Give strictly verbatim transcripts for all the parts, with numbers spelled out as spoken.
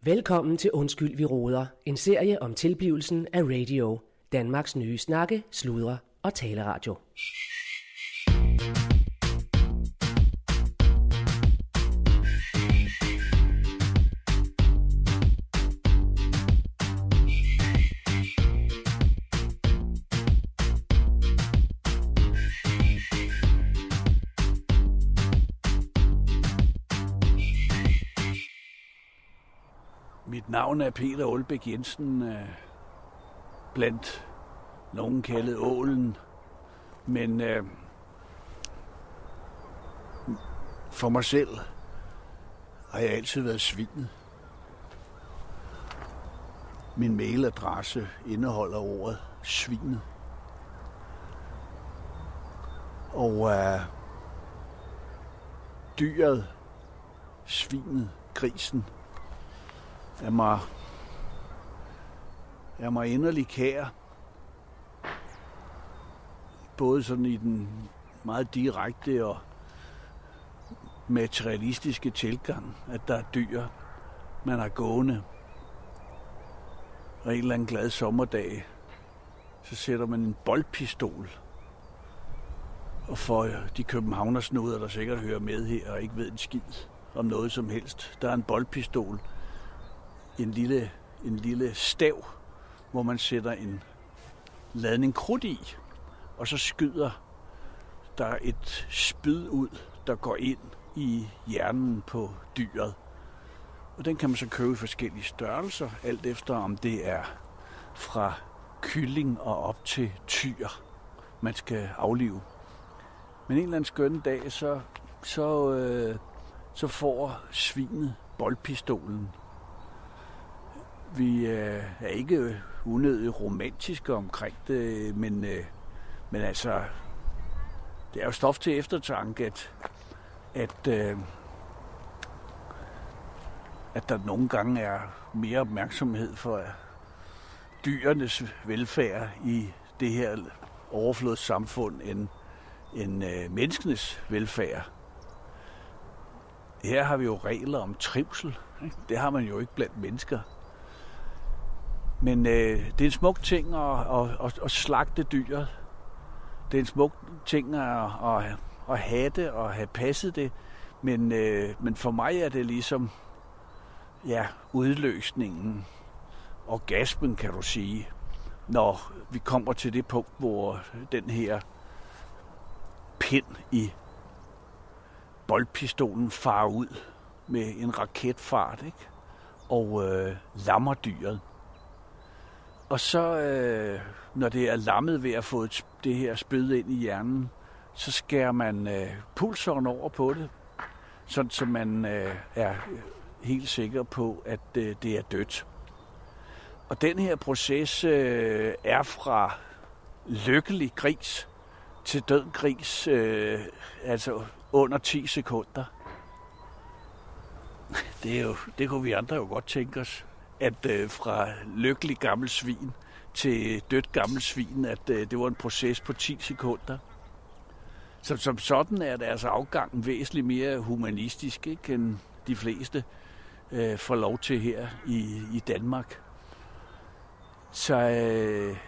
Velkommen til Undskyld, vi råder. En serie om tilblivelsen af radio. Danmarks nye snakke, sludre og taleradio. Mit navn er Peter Aalbæk Jensen, blandt nogen kaldet Ålen, men øh, for mig selv har jeg altid været Svinet. Min mailadresse indeholder ordet Svinet. Og øh, dyret, svinet, grisen, er mig, er mig inderlig kær. Både sådan i den meget direkte og materialistiske tilgang, at der er dyr, man har gående. Og en eller anden glad sommerdag, så sætter man en boldpistol. Og for de københavnersnuder, der sikkert hører med her og ikke ved en skid om noget som helst, der er en boldpistol. En lille, en lille stav, hvor man sætter en ladning krudt i, og så skyder der et spyd ud, der går ind i hjernen på dyret. Og den kan man så købe i forskellige størrelser, alt efter om det er fra kylling og op til tyr, man skal aflive. Men en eller anden skønne dag, så, så, øh, så får svinet boldpistolen. Vi øh, er ikke unødigt romantiske omkring det, men, øh, men altså, det er jo stof til eftertanke, at, at, øh, at der nogle gange er mere opmærksomhed for dyrenes velfærd i det her overflodssamfund end, end øh, menneskenes velfærd. Her har vi jo regler om trivsel. Ikke? Det har man jo ikke blandt mennesker. Men øh, det er en smuk ting at, at, at, at slagte dyret. Det er en smuk ting at, at, at have det og have passet det. Men, øh, men for mig er det ligesom ja, udløsningen, orgasmen kan du sige, når vi kommer til det punkt, hvor den her pind i boldpistolen farer ud med en raketfart, ikke? Og øh, lammer dyret. Og så, øh, når det er lammet ved at få et, det her spyd ind i hjernen, så skærer man øh, pulsåren over på det, sådan så man øh, er helt sikker på, at øh, det er dødt. Og den her proces øh, er fra lykkelig gris til død gris, øh, altså under ti sekunder. Det, er jo, det kunne vi andre jo godt tænke os. At øh, fra lykkelig gammel svin til dødt gammel svin, at øh, det var en proces på ti sekunder. Så som sådan er deres afgang væsentligt mere humanistisk, ikke, end de fleste øh, får lov til her i, i Danmark. Så øh,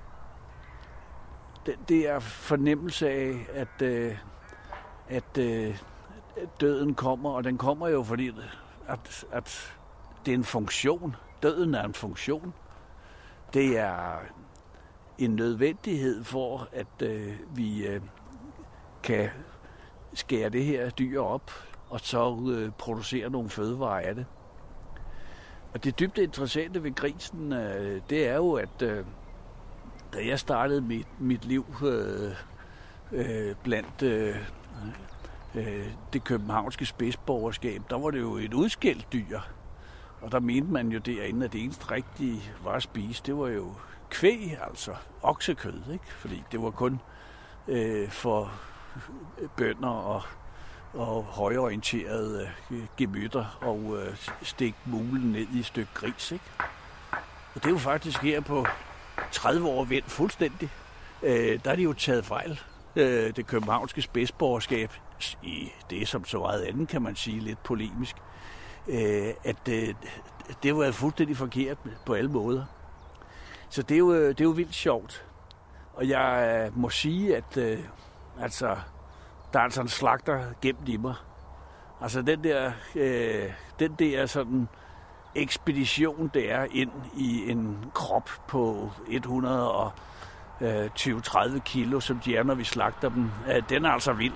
det, det er fornemmelse af, at, øh, at øh, døden kommer, og den kommer jo fordi, at, at det er en funktion. Døden er en funktion. Det er en nødvendighed for, at øh, vi øh, kan skære det her dyr op, og så øh, producere nogle fødevarer af det. Og det dybt interessante ved grisen, øh, det er jo, at øh, da jeg startede mit, mit liv øh, øh, blandt øh, øh, det københavnske spidsborgerskab, der var det jo et udskældt dyr. Og der mente man jo derinde, at det eneste rigtige var at spise, det var jo kvæg, altså oksekød, ikke? Fordi det var kun øh, for bønder og, og højorienterede øh, gemytter og øh, stikke mulen ned i et stykke gris, ikke? Og det er jo faktisk her på tredive år vendt fuldstændig. Øh, der er de jo taget fejl. Øh, det københavnske spidsborgerskab, i det som så meget andet, kan man sige, lidt polemisk, øh, at øh, det var fuldstændig forkert på alle måder. Så det er jo, det er jo vildt sjovt. Og jeg må sige, at øh, altså, der er altså en slagter gemt i mig. Altså den der, øh, den der sådan ekspedition, det er ind i en krop på et hundrede tyve til tredive kilo, som de er, når vi slagter dem, øh, den er altså vild.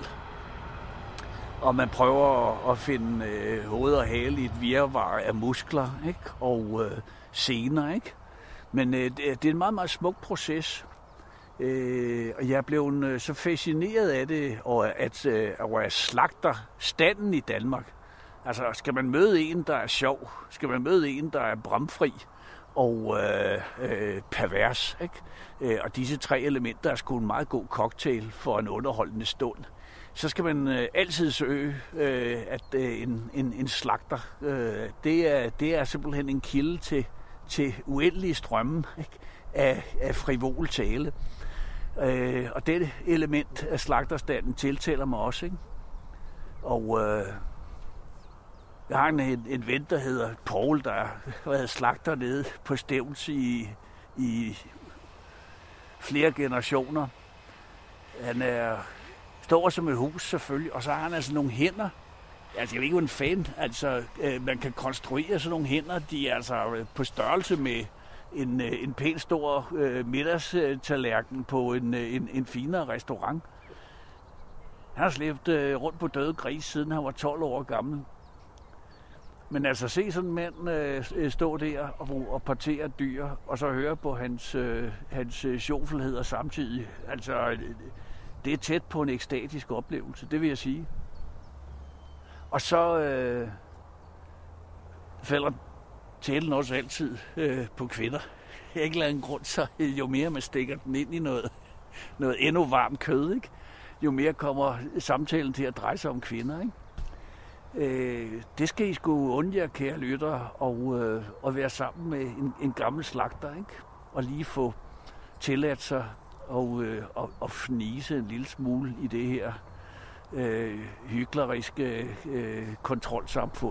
Og man prøver at finde øh, hoved og hale i et virvar af muskler, ikke? Og øh, sener, ikke? Men øh, det er en meget, meget smuk proces. Øh, og jeg blev øh, så fascineret af det, og at, øh, at jeg slagter standen i Danmark. Altså, skal man møde en, der er sjov? Skal man møde en, der er bramfri og øh, øh, pervers? Ikke? Øh, og disse tre elementer er sgu en meget god cocktail for en underholdende stund. Så skal man øh, altid søge, øh, at øh, en, en, en slagter, øh, det, er, det er simpelthen en kilde til, til uendelige strømme, ikke? Af, af frivol tale. Øh, og det element af slagterstanden tiltaler mig også. Ikke? Og øh, jeg har en, en, en ven, der hedder Paul, der har været slagter nede på Stevns i, i flere generationer. Han er står som et hus selvfølgelig, og så har han altså nogle hænder. Altså, jeg er ikke en fan. Altså, øh, man kan konstruere sådan nogle hænder, de er altså på størrelse med en, en pæn stor øh, middagstallerken på en, en, en finere restaurant. Han har slæbt øh, rundt på døde gris, siden han var tolv år gammel. Men altså, se sådan en mand øh, stå der og, og partere dyr, og så høre på hans, øh, hans øh, sjofelheder samtidig. Altså, det er tæt på en ekstatisk oplevelse, det vil jeg sige. Og så øh, falder tælen også altid øh, på kvinder. Af en eller anden grund, så jo mere man stikker den ind i noget, noget endnu varmt kød, ikke? Jo mere kommer samtalen til at dreje sig om kvinder, ikke? Øh, det skal I sgu undre, kære lyttere, og, øh, og være sammen med en, en gammel slagter, ikke? Og lige få tilladt sig og, øh, og, og fnise en lille smule i det her øh, hykleriske øh, kontrolsamfund.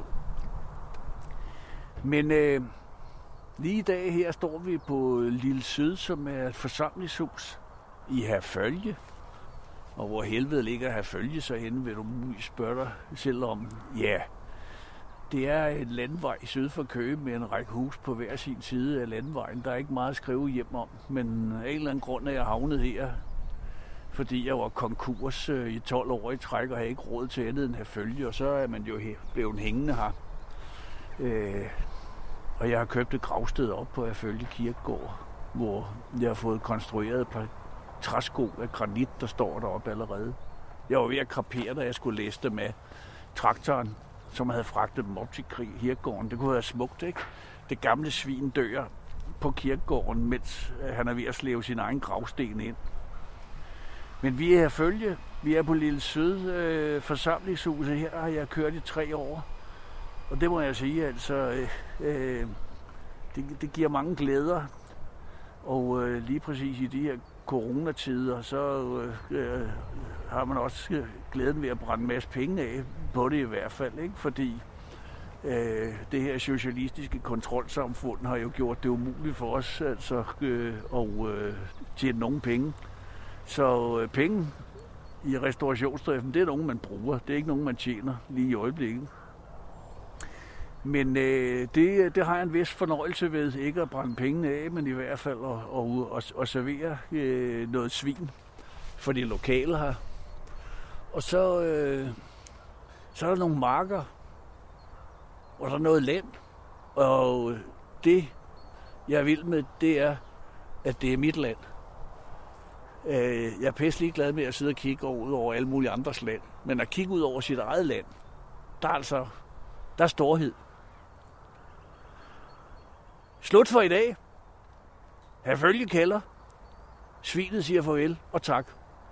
Men øh, lige i dag her står vi på Lille Syd, som er et forsamlingshus i Herfølge. Og hvor helvede ligger Herfølge så henne, vil du muligt spørge dig selv om. Ja, det er en landvej syd for Køge med en række hus på hver sin side af landvejen. Der er ikke meget at skrive hjem om, men af en eller anden grund er jeg havnet her, fordi jeg var konkurs i tolv år i træk og havde ikke råd til andet end Herfølge, og så er man jo blevet hængende her. Øh, og jeg har købt et gravsted op på Herfølge Kirkegård, hvor jeg har fået konstrueret et par træsko af granit, der står deroppe allerede. Jeg var ved at krapere, da jeg skulle læse dem af traktoren, som havde fragtet dem op til kirkegården. Det kunne være smukt, ikke? Det gamle svin dør på kirkegården, mens han er ved at slæve sin egen gravsten ind. Men vi er Herfølge. Vi er på Lille Syd øh, forsamlingshuset. Her har jeg kørt i tre år. Og det må jeg sige, altså, øh, øh, det, det giver mange glæder. Og øh, lige præcis i de her coronatider, så øh, har man også glæden ved at brænde en masse penge af på det i hvert fald, ikke? Fordi øh, det her socialistiske kontrolsamfund har jo gjort det umuligt for os altså, øh, at øh, tjene nogen penge. Så øh, penge i restaurationsdriften, det er nogen, man bruger. Det er ikke nogen, man tjener lige i øjeblikket. Men øh, det, det har jeg en vis fornøjelse ved, ikke at brænde pengene af, men i hvert fald at, at, at, at servere øh, noget svin for de lokale her. Og så, øh, så er der nogle marker, og der er noget land. Og det, jeg vil med, det er, at det er mit land. Øh, jeg er pæst glad med at sidde og kigge ud over alle mulige andres land. Men at kigge ud over sit eget land, der er altså der er storhed. Slut for i dag. Herfølge kalder. Svinet siger farvel og tak.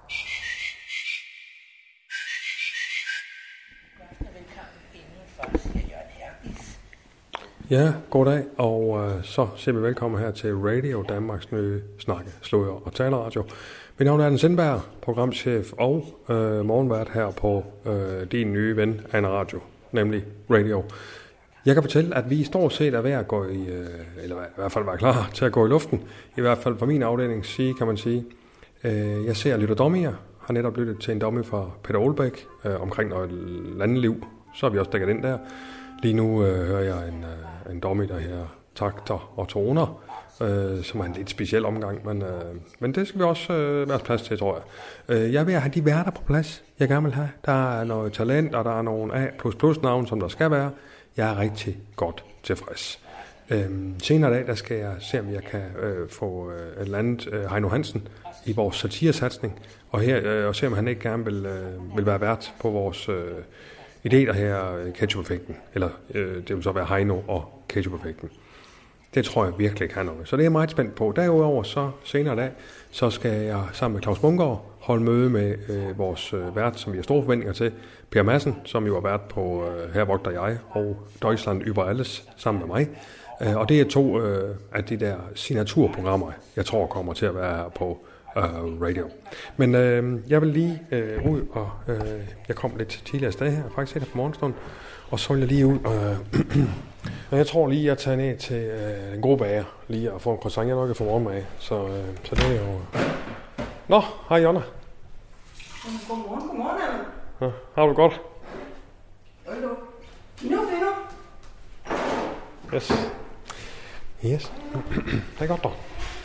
Ja, goddag, og øh, så siger vi velkommen her til Radio, Danmarks nye snakke, sludder og taleradio. Mit navn er Anden Sindberg, programchef og øh, morgenvært her på øh, din nye ven, Anna Radio, nemlig Radio. Jeg kan fortælle, at vi stort set er ved at gå i, øh, eller i hvert fald være klar til at gå i luften. I hvert fald fra min afdeling sige, kan man sige. Øh, jeg ser lytter dommier, har netop lyttet til en dummy fra Peter Olbæk øh, omkring noget landliv. Så har vi også dækket ind der. Lige nu øh, hører jeg en, øh, en dummy, der her takter og toner, øh, som er en lidt speciel omgang, men, øh, men det skal vi også øh, være plads til, tror jeg. Øh, jeg vil have de værter på plads, jeg gerne vil have. Der er noget talent, og der er nogle A plus plus navn, som der skal være. Jeg er rigtig godt tilfreds. Øhm, senere i dag, der skal jeg se, om jeg kan øh, få øh, et eller andet øh, Heino Hansen i vores satiresatsning, og, her, øh, og se, om han ikke gerne vil, øh, vil være vært på vores øh, idé, der her øh, ketchup-effekten. Eller øh, det vil så være Heino og ketchup-effekten. Det tror jeg virkelig kan noget. Så det er jeg meget spændt på. Derudover så senere i dag, så skal jeg sammen med Claus Bungård holde møde med øh, vores øh, vært, som vi har store forventninger til, Per Madsen, som jo er vært på øh, Her vogter jeg, og Deutschland über alles sammen med mig. Øh, og det er to øh, af de der signaturprogrammer, jeg tror kommer til at være her på øh, radio. Men øh, jeg vil lige øh, ud, og øh, jeg kom lidt tidligere sted her, faktisk her på morgenstunden, og så vil jeg lige ud, øh, og jeg tror lige, jeg tager ned til øh, den gode bager, lige at få en croissant, jeg nok kan få morgenmad, så, øh, så det er jo... Nå, hej Jonna. Godmorgen, godmorgen, Allan. Ja, har du godt? Hallo. Nu finder. Yes. Yes. Det er godt dog.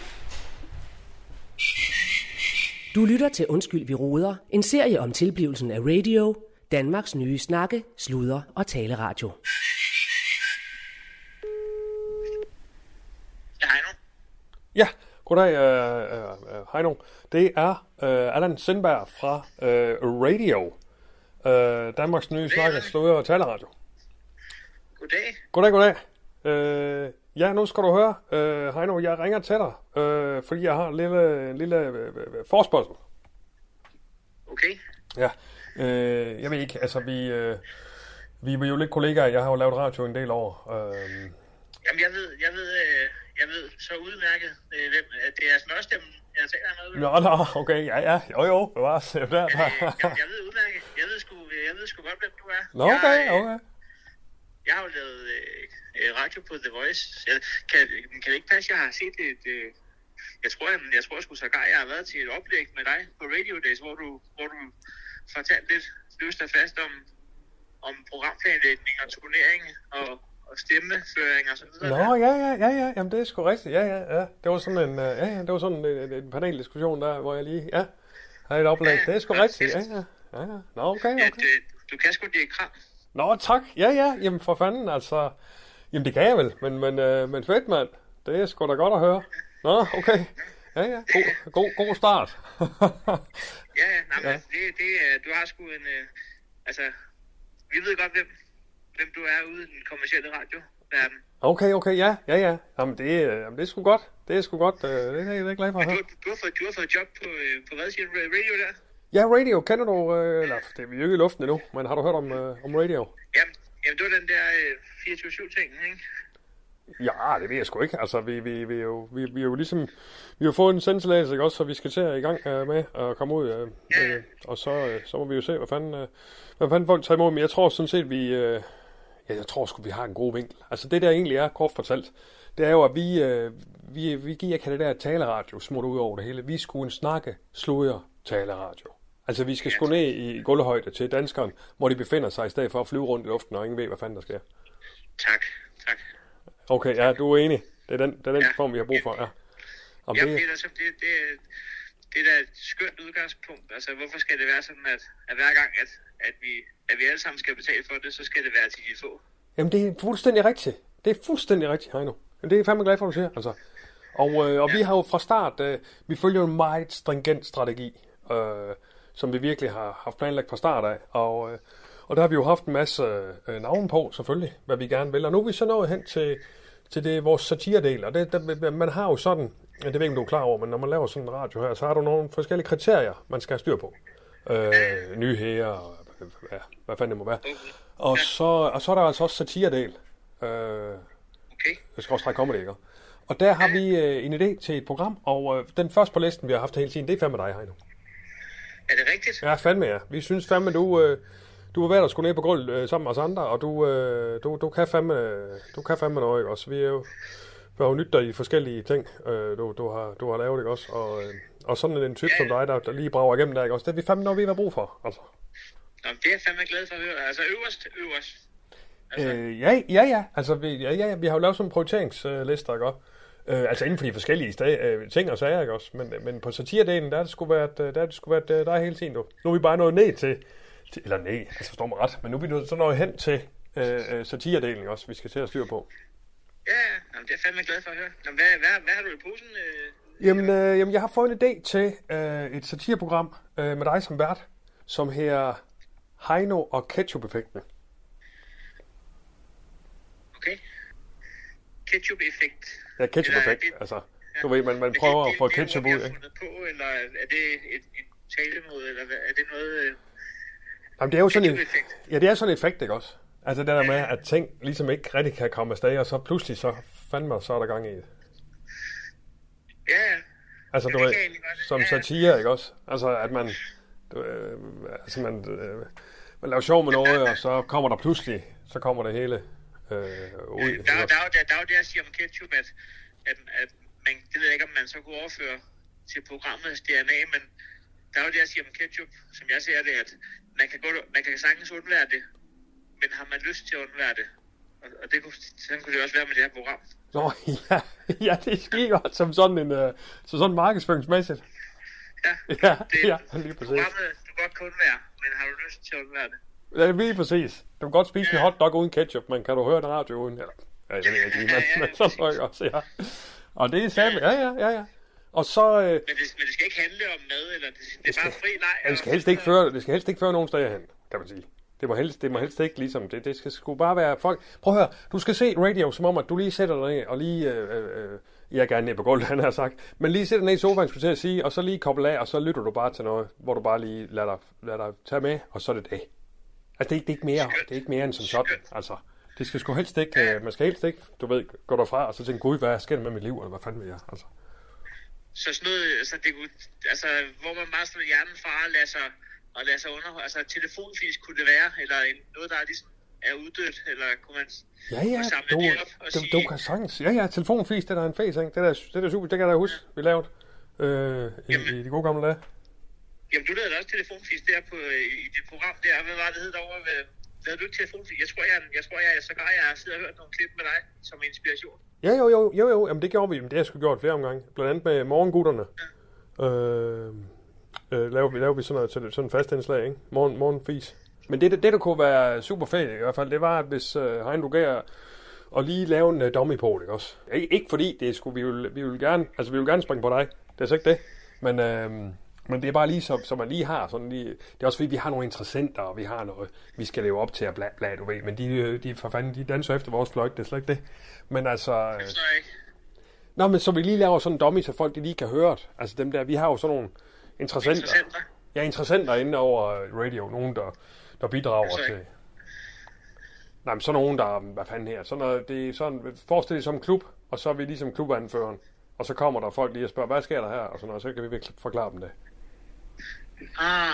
Du lytter til Undskyld, vi roder, en serie om tilblivelsen af radio, Danmarks nye snakke, sludre og taleradio. Ja, Heino. Ja, goddag, uh, uh, Heino. Det er uh, Allan Sindberg fra uh, Radio, uh, Danmarks nye snakke, sludre og taleradio. Goddag. Goddag, goddag. Uh, ja, nu skal du høre, uh, Heino, jeg ringer til dig, uh, fordi jeg har en lille, en lille uh, forespørgsel. Okay. Ja, øh, jeg ved ikke, altså vi, øh, vi er jo lidt kollegaer, jeg har jo lavet radio en del år. Øh. Jamen jeg ved, jeg ved, øh, jeg ved så udmærket, øh, hvem, at det er smørstemmen, jeg taler med. Nå, nå, okay, ja, ja, jo, jo, det var det. Der. Ja, jamen, jeg ved udmærket, jeg ved sgu, jeg ved sgu godt, hvem du er. Nå, okay, jeg, øh, okay. Jeg har jo lavet øh, radio på The Voice. Jeg, kan, kan det ikke passe, jeg har set et... Øh, jeg tror, jeg, jeg tror sgu sågar, jeg har været til et oplæg med dig på Radio Days, hvor du, hvor du fortalte lidt løst og fast om, om programplanlægning og turnering og, og stemmeføring og sådan noget. Nå, ja, ja, ja, ja, jamen det er sgu rigtigt, ja, ja, ja. Det var sådan en, ja, ja, det var sådan en, en paneldiskussion der, hvor jeg lige, ja, havde et oplæg. Ja, det er sgu ja, rigtigt, ja, ja, ja, ja. Nå, okay, okay. Ja, det, du kan sgu det kram. Nå, tak, ja, ja, jamen for fanden, altså, jamen det kan jeg vel, men, men, øh, men fedt, mand, det er sgu da godt at høre. Nå, okay. Ja, ja. God, god, god start. ja, nej, ja. Det, det, du har sgu en... Øh, altså, vi ved godt, hvem, hvem du er ude i den kommercielle radioverden. Okay, okay, ja, ja, ja. Jamen, det, jamen, det er sgu godt. Det er sgu godt. Det er jeg glad for at høre. Du, du, har fået, du har fået job på, på hvad siger radio der? Ja, radio. Kender du... Øh, eller, det er vi jo ikke i luften endnu, men har du hørt om, øh, om radio? Jamen, jamen, det var den der øh, fireogtyve syv-ting, ikke? Ja, det ved jeg sgu ikke. Altså, vi, vi, vi, er jo, vi, vi er jo ligesom... Vi har fået en sendtilladelse, ikke også, så vi skal til at i gang øh, med at komme ud. Øh, ja. øh, og så, øh, så må vi jo se, hvad fanden, øh, hvad fanden folk tager imod. Men jeg tror sådan set, vi... Øh, ja, jeg tror sgu, vi har en god vinkel. Altså, det der egentlig er, kort fortalt, det er jo, at vi, øh, vi, vi giver ikke det der taleradio smut ud over det hele. Vi skulle en snakke, sludre, taleradio. Altså, vi skal sgu ned i gulvhøjde til danskeren, hvor de befinder sig, i stedet for at flyve rundt i luften, og ingen ved, hvad fanden der sker. Tak, tak. Okay, ja, du er enig. Det er den, det er den ja. form, vi har brug for, ja. Om Jamen, det, det, er da, det, det, det er da et skønt udgangspunkt. Altså, hvorfor skal det være sådan, at, at hver gang, at, at, vi, at vi alle sammen skal betale for det, så skal det være til de få? Jamen, det er fuldstændig rigtigt. Det er fuldstændig rigtigt, Heino. Det er jeg fandme glad for, at du siger, altså. Og, øh, og ja. vi har jo fra start, øh, vi følger jo en meget stringent strategi, øh, som vi virkelig har haft planlagt fra start af. Og, øh, og der har vi jo haft en masse øh, navne på, selvfølgelig, hvad vi gerne vil. Og nu er vi så nået hen til, til det, vores satiredel. Og det, der, man har jo sådan, det ved ikke, om du er klar over, men når man laver sådan en radio her, så har du nogle forskellige kriterier, man skal have styr på. Øh, nyheder, og ja, hvad fanden det må være. Og så, og så er der altså også satiredel. Øh, okay. Jeg skal også trække comedy, ikke? Og der har vi øh, en idé til et program, og øh, den første på listen, vi har haft hele tiden, det er fandme dig, Heino. Er det rigtigt? Ja, fandme ja. Vi synes fandme, du... Øh, du var ved at skulle ned på gulvet øh, sammen med os andre, og du, øh, du, du, kan fandme, du kan fandme noget, ikke også? Vi er jo, vi har jo nyt dig i forskellige ting, øh, du, du, har, du har lavet, ikke også? Og, øh, og sådan en type ja. som dig, der, der lige brager igennem der, ikke også? Det er vi fandme noget, vi har brug for, altså. Nå, det er jeg fandme glad for at høre. Altså øverst, øverst. Altså. Øh, ja, ja, ja. Altså, vi, ja, ja, vi har jo lavet sådan en prioriteringslister, ikke også? Øh, altså inden for de forskellige stag, øh, ting og sager, ikke også? Men, men på satiredelen, der er det sgu været, der er det sgu været der hele tiden, du. Nu er vi bare nået ned til, til eller nej, altså forstår mig ret, men nu er vi nået, så nået hen til øh, satiredelen, også, vi skal til at styre på. Ja, ja, det er jeg fandme glad for at høre. Nå, hvad, hvad, hvad har du i posen? Øh? Jamen, øh, jamen, jeg har fået en idé til øh, et satireprogram øh, med dig som vært, som her Heino og Ketchup-effekten. Okay. Ketchup-effekt. Ja, ketchup-effekt, det, altså. Ja. Du ved, man, man prøver det, det, at få ketchup ud, ikke? På, eller er det et, et talemåde, eller er det noget... Øh, Jamen, det er jo sådan en... Ja, det er sådan en effekt, ikke også? Altså det der med, at ting ligesom ikke rigtig kan komme afsted, og så pludselig så fandme, så er der gang i det. Ja, ja. Altså, du ved, som satire, ikke også? Altså, at man... Du, øh, altså, man... Øh, man laver sjov med noget, og så kommer der pludselig, så kommer det hele øh, ud. Ja, der, der, der, der, der er jo det, jeg siger om ketchup, at, at, at man, det ved jeg ikke, om man så kunne overføre til programmets D N A, men der er jo det, jeg siger om ketchup, som jeg ser det, at man kan, gå, man kan sagtens undvære det, men har man lyst til at undvære det? Og, og det kunne, sådan kunne det også være med det her program. Nå, ja, ja det er skide godt som sådan en, uh, så sådan markedsføringsmæssigt. Ja, ja, det, ja, lige præcis. Programmet, du kan godt kun være, men har du lyst til at undvære det? Ja, lige præcis. Du kan godt spise ja. en hotdog uden ketchup, men kan du høre den radio uden? Eller, ja, det ved jeg ikke, men, ja, ja, men så tror jeg også, ja. Og det er sammen, ja, ja, ja, ja. Og så... Øh, men, det, men det skal ikke handle om mad, eller det, det er skal, bare fri leg? Ja, det skal helst ikke føre, det skal helst ikke føre nogen steder hen, kan man sige. Det må helst, det må helst ikke ligesom, det, det skal sgu bare være folk... Prøv at høre, du skal se radio, som om at du lige sætter dig ned, og lige... Øh, øh, jeg er gerne ned på gulvet, han har sagt. Men lige sætter dig ned i sofaen, skulle til at sige, og så lige koble af, og så lytter du bare til noget, hvor du bare lige lader dig, lader dig tage med, og så er det det. Altså, det er, det er ikke mere, det er ikke mere end som sådan, altså. Det skal sgu helst ikke, øh, man skal helst ikke, du ved, gå derfra, og så tænke, gud, hvad sker der med mit liv, eller hvad fanden vil jeg, altså. Så sådan noget, altså, det kunne, altså, hvor man bare slår hjernen fra og lader sig, og lader sig underholde, altså telefonfis kunne det være, eller en, noget, der er ligesom er uddødt, eller kunne man ja, ja, samle du, det op og du, sige... du kan sagtens, ja, ja, telefonfis, det der er en fes, ikke? Det der, det der super, det kan jeg da huske, vi lavede øh, i, i de gode gamle dage. Jamen, du lavede også telefonfis der på, i det program der, hvad var det hed derovre ved... Lavede du ikke telefonfis? Jeg tror, jeg, jeg, tror, jeg, jeg, sågar jeg har siddet og hørt nogle klip med dig som inspiration. Ja, jo, jo, jo, jo, jamen det gjorde vi, men det har jeg sgu gjort flere omgange. Blandt andet med morgengutterne. Ja. Øh, øh, lavede vi, lavede vi sådan noget, sådan en fast indslag, ikke? Morgen, morgenfis. Men det, det, det, der kunne være super fedt i hvert fald, det var, at hvis uh, Hein, du gav og lige lave en uh, dummy på, ikke også? Ik- ikke fordi, det skulle vi vil, vi vil gerne, altså vi vil gerne springe på dig, det er så ikke det, men, uh, men det er bare lige så, så man lige har sådan lige, det er også fordi, vi har nogle interessenter, og vi har noget, vi skal leve op til at bla bla, du ved, men de, de for fanden, de danser efter vores fløjt, det er slet ikke det, men altså... Uh, nå, men så vi lige laver sådan en dummy, så folk de lige kan høre det, altså dem der, vi har jo sådan nogle interessenter, interessenter. Ja, interessenter inde over radio, nogen der der bidrager til... Nej, men så nogen, der... Hvad fanden her? Sådan noget, det er sådan... Forestil dig som en klub, og så er vi ligesom klubanføreren. Og så kommer der folk lige og spørger, hvad sker der her? Og sådan noget, så kan vi virkelig forklare dem det. Ah.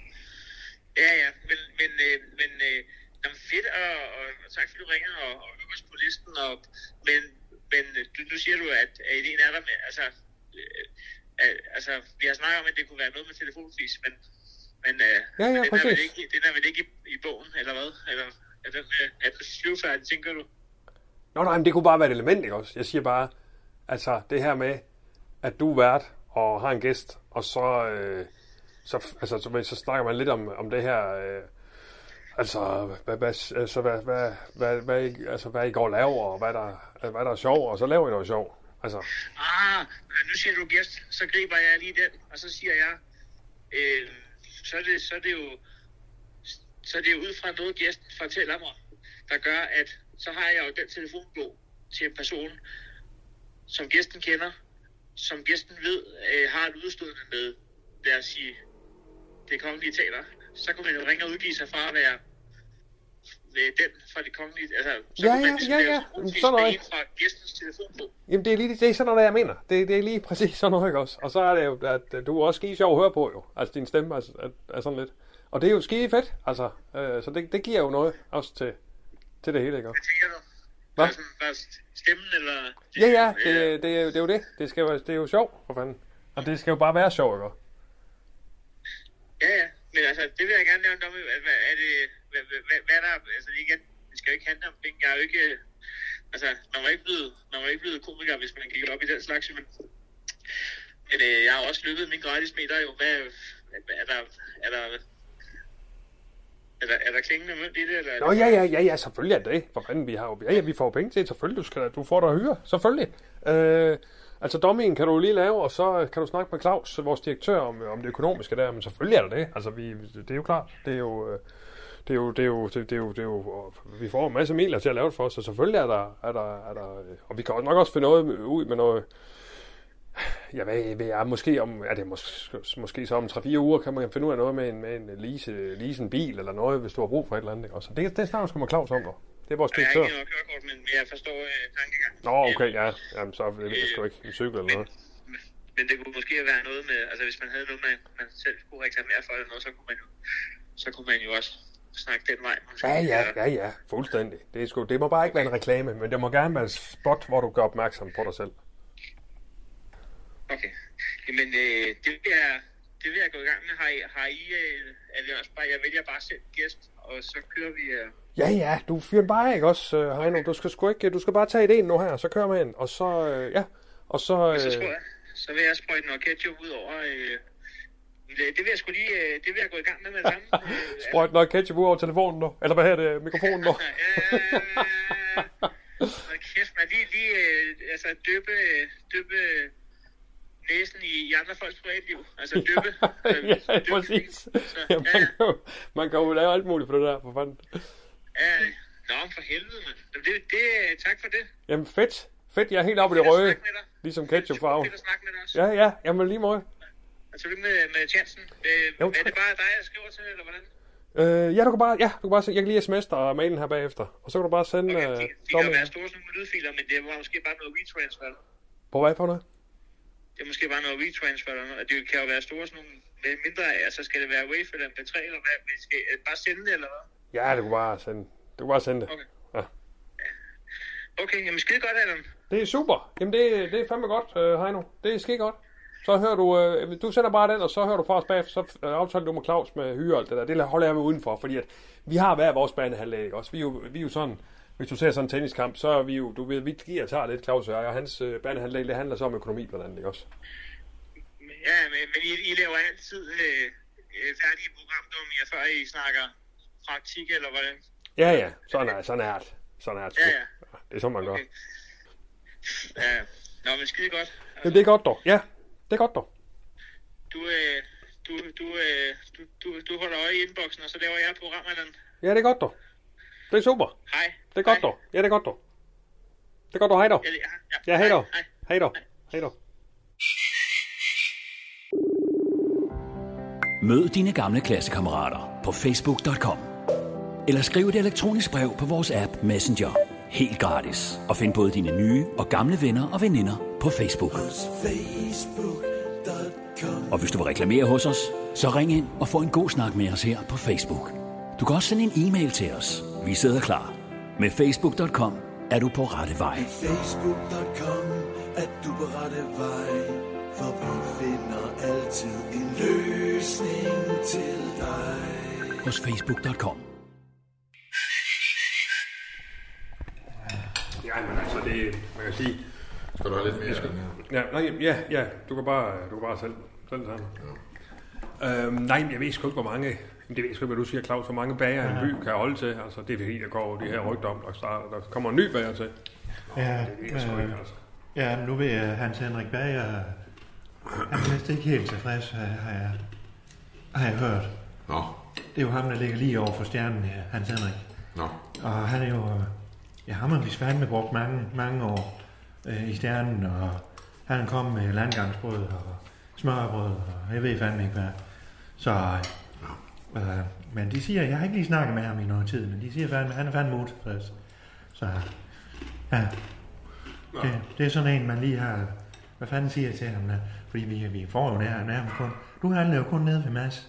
Ja, ja. Men, men, øh, men øh, fedt, og, og tak fordi du ringer og, og øverst på listen. Og, men men du, nu siger du, at, at ideen er der med... Altså, øh, øh, altså, vi har snakket om, at det kunne være noget med telefonfis, men... Men, øh, ja, ja, men den, er vel ikke, den er vel ikke i, i bogen, eller hvad? Eller er den, øh, er den slivfærdig, tænker du? Nå nej, men det kunne bare være et element, ikke også? Jeg siger bare, altså det her med, at du er vært og har en gæst, og så, øh, så, altså, så, så snakker man lidt om, om det her, øh, altså, hvad, hvad, altså, hvad, hvad, hvad, hvad, I, altså, hvad I går og laver, og hvad der, hvad der er sjov, og så laver I noget sjov. Altså. Ah, nu siger du gæst, så griber jeg lige den, og så siger jeg, øh, Så er, det, så, er det jo, så er det jo ud fra noget, gæsten fortæller mig, der gør, at så har jeg jo den telefonbog til en person, som gæsten kender, som gæsten ved, øh, har et udstående med, lad os sige, det kongelige teater. Så kan man jo ringe og udgive sig fra at være den fra det kongelige, altså, så ja, kan man ja, ja, ja. sådan noget. En fra gæstens telefonbog. Jamen, det er, lige, det er sådan noget, jeg mener. Det, det er lige præcis sådan noget, ikke også? Og så er det jo, at du også skal sjov at høre på, jo. Altså, din stemme er, er, er sådan lidt. Og det er jo skide fedt, altså. Øh, så det, det giver jo noget også til, til det hele, ikke? Hvad tænker du? Hvad? Altså, bare stemmen, eller... Ja, ja, det, det, det, det er jo det. Det, skal jo, det er jo sjovt, for fanden. Og det skal jo bare være sjovt, ikke? Ja, ja. Men altså, det vil jeg gerne lave en dom. Hvad er det... Hvad, hvad, hvad er der... Altså, igen, det skal jo ikke handle om penge. Jeg er jo ikke... Altså, man var ikke blevet, man var ikke blevet komiker, hvis man gik op i den slags, men... Men øh, jeg har også løbet min gratis meter, jo. Hvad... Er der... Er der... Er der, er der klingende mønt i det, eller? Nå, ja, ja, ja, ja, selvfølgelig er det. For fanden, vi har jo... Ja, ja, vi får jo penge til det. Selvfølgelig, du, skal, du får dig at hyre. Selvfølgelig. Øh, altså, dommien kan du lige lave, og så kan du snakke med Claus, vores direktør, om, om det økonomiske der. Men selvfølgelig er der det. Altså, vi, det er jo klart. Det er jo... Det er jo, det er jo, det er jo, det er jo, vi får en masse midler til at lave det for os, så selvfølgelig er der, er der, er der, og vi kan nok også finde noget ud med noget, ja, hvad ved jeg, måske om, er det måske, måske så om tre fire uger, kan man finde ud af noget med en, med en lease, lease en bil eller noget, hvis du har brug for et eller andet, ikke? Også det, det snakker sgu med Claus om, dog. Det er vores direktør. Jeg har ikke noget kørekort, men jeg forstår øh, tankegang. Nå, okay, ja, jamen så det ved jeg sgu ikke, en cykel eller noget. Men, men det kunne måske være noget med, altså hvis man havde noget, man, man selv skulle reklamere for eller noget, så kunne man jo, så kunne man jo også snakke den vej. Måske. Ja, ja, ja, ja, fuldstændig. Det, er sgu, det må bare ikke være en reklame, men det må gerne være et spot, hvor du gør opmærksom på dig selv. Okay. Jamen, øh, det, vil jeg, det vil jeg gå i gang med. Har I, har I øh, er det også bare, jeg vælger bare selv gæst, og så kører vi... Øh... Ja, ja, du fyrer bare ikke også, Heino. Du skal sgu ikke, du skal bare tage idéen nu her, så kører man ind, og så, øh, ja, og så... Øh... Og så tror jeg, så vil jeg sprøjte noget ketchup ud over... Øh... Det, det vil jeg sgu lige, det vil jeg gå i gang med med det samme. Sprøjt noget ketchup ud over telefonen nu, eller hvad her det, mikrofonen nu. Ja, kæft, man lige, lige altså døbe, døbe næsen i, i andre folks privatliv. Altså døbe. Ja, døbe, præcis. så, ja, man, kan jo, man kan jo lave alt muligt for det der, for fanden. Ja, nå, for helvede, mand. Det, det, tak for det. Jamen fedt. Fedt, jeg er helt oppe i det røde. Ligesom ketchupfarve. Det er snakke med dig også. Ja, ja, jamen lige måde. Altså du med, med chancen. Øh, jo, er det bare dig, jeg skriver til, eller hvordan? Øh, ja, du kan bare, ja, du kan bare sende, jeg kan lige sms'e dig og mailen her bagefter. Og så kan du bare sende... Okay, de, de øh, kan være store sådan nogle lydfiler, men det var måske bare noget retransfer. På hvad for noget? Det er måske bare noget retransfer eller noget. Det kan jo være store sådan nogle med mindre af, altså skal det være wave eller M P tre eller hvad? Vi skal bare sende det, eller hvad? Ja, det kunne bare sende, det kunne bare sende det. Okay. Ja. Okay, jamen skide godt, Allan. Det er super. Jamen det, det er fandme godt, uh, Heino. Det er skide godt. Så hører du, øh, du sender bare den, og så hører du fra os bagefter, så øh, aftaler du med Claus med hyre og alt det der. Det holder jeg med udenfor, fordi at vi har hver vores banehalvdel, ikke også? Vi er, jo, vi er jo sådan, hvis du ser sådan en tenniskamp, så er vi jo, du ved, vi giver og tager lidt, Claus og jeg, og hans øh, banehalvdel, det handler så om økonomi blandt andet, ikke også? Ja, men, men I, I laver altid øh, færdige programmer, før I snakker praktik, eller hvordan? Ja, ja, sådan er, sådan er det. Sådan er det. Ja, ja. Ja, det er sådan, man okay. gør. Ja, nå, men skide godt. Altså, men det er godt dog, ja. Det er godt dog. Du, øh, du, du, øh, du, du, du holder øje i inboxen, og så laver jeg programmet. Ja, det er godt dog. Det er super. Hej. Det er godt hej. dog. Ja, det er godt dog. Det er godt dog. Hej dog. Ja, ja, ja hej dog. Hej dog. Hej dog. Mød dine gamle klassekammerater på facebook punktum com. Eller skriv et elektronisk brev på vores app Messenger. Helt gratis. Og find både dine nye og gamle venner og veninder på Facebook. Og hvis du vil reklamere hos os, så ring ind og få en god snak med os her på Facebook. Du kan også sende en e-mail til os. Vi sidder klar. Med facebook punktum com er du på rette vej. facebook punktum com er du på rette vej. For vi finder altid en løsning til dig. Hos facebook punktum com. Ja, men altså, det man kan sige... Skal du have lidt mere? Skal, ja, nej, ja, ja, du kan bare, du kan bare selv, selv tage ja. øhm, Nej, jeg ved sgu ikke, hvor mange... Det ved jeg sgu ikke, hvad du siger, Claus. Hvor mange bager ja. en by kan holde til. Altså, det er fordi, der går de her rygter om, der, starter, der kommer en ny bager til. Ja, det ved jeg sgu øh, ikke, altså. Ja, nu ved jeg, Hans Henrik Bager, han er næsten ikke helt tilfreds, har jeg, har jeg hørt. Nå. Det er jo ham, der ligger lige over for stjernen her, Hans Henrik. Nå. Og han er jo... Ja, ham har vi fandme brugt mange, mange år øh, i stjernen, og han kom med landgangsbrød og smørbrød, og jeg ved fandme ikke hvad. Så, øh, men de siger, jeg har ikke lige snakket med ham i noget tid, men de siger fandme, han er fandme utilfreds. Så, ja, det, det er sådan en, man lige har, hvad fanden siger til ham der? Fordi vi, vi får jo nær, nærmest kun, du handler jo kun nede ved Mads,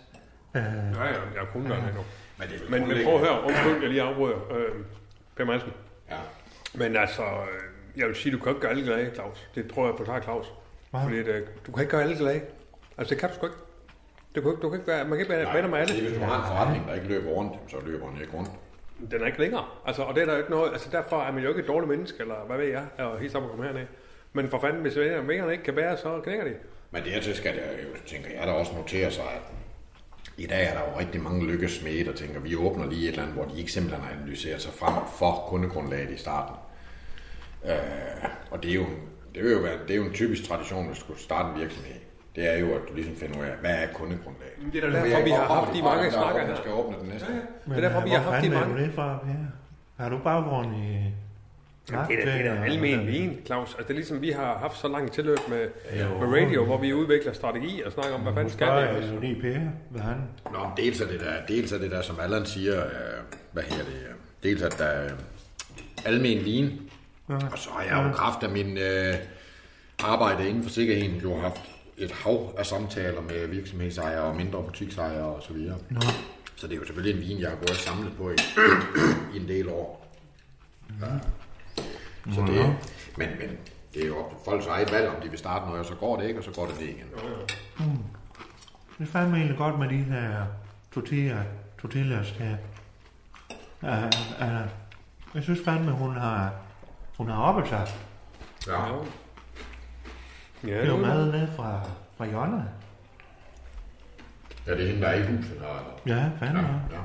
Øh, ja, ja, jeg kunne gøre det nu. Men, det men, men prøv at høre, undskyld, jeg lige afbryder. Øh, Per Madsen. Ja. Men altså, øh, jeg vil sige, du kan ikke gøre alle glade, Claus. Det tror jeg på dig, Claus. Hvad? Fordi det, du kan ikke gøre alle glade. Altså, det kan du sgu ikke. Du kan, du kan ikke være, man kan ikke være venner med alle. Hvis du har en forretning, der ikke løber rundt, så løber den ikke rundt. Den er ikke længere. Altså, og det er der ikke noget. Altså, derfor er man jo ikke et dårligt menneske, eller hvad ved jeg, og helt sammen komme herned. Men for fanden, hvis vingerne ikke kan bære, så knækker de. Men dertil skal det jo, tænker jeg, der også notere sig, at i dag er der jo rigtig mange lykkesmede, der tænker, vi åbner lige et eller andet, hvor de ikke simpelthen har analyseret sig frem for kundegrundlaget i starten. Øh, og det er, jo, det, vil jo være, det er jo en typisk tradition, hvis du skulle starte en virksomhed. Det er jo, at du ligesom finder ud af, hvad er kundegrundlaget. Det er da derfor, vi har haft de mange snakker der skal åbne den næste. Ja, ja. Det er derfor, vi har haft de mange. Det fra, ja. Har du baggrund i... Ja, det er da, det er da almen vin, Claus. Altså, det er ligesom, vi har haft så langt tilløb med, med radio, hvor vi udvikler strategi og snakker om, hvad fanden skal det. Det er lige Per, hvad han... Nå, dels er det der, dels er det der, som Allan siger, øh, hvad her det, øh, dels er det der øh, almen vin, ja. Og så har jeg jo kraft af min øh, arbejde inden for sikkerheden jo haft et hav af samtaler med virksomhedsejere og mindre butiksejere og så videre. Nå. Så det er jo selvfølgelig en vin, jeg har gået og samlet på i, i en del år. Ja. Så det, men, men det er jo folks eget valg, om de vil starte noget, og så går det ikke, og så går det det igen. Mm. Det er fandme egentlig godt med de der tortilla, tortillas-skab. Uh, uh, jeg synes fandme, hun har, hun har oppet sig. Ja. Ja, det er jo mad ned fra, fra Jonna. Ja, det er hende, der er i huset. Eller? Ja, fandme. Ja, ja.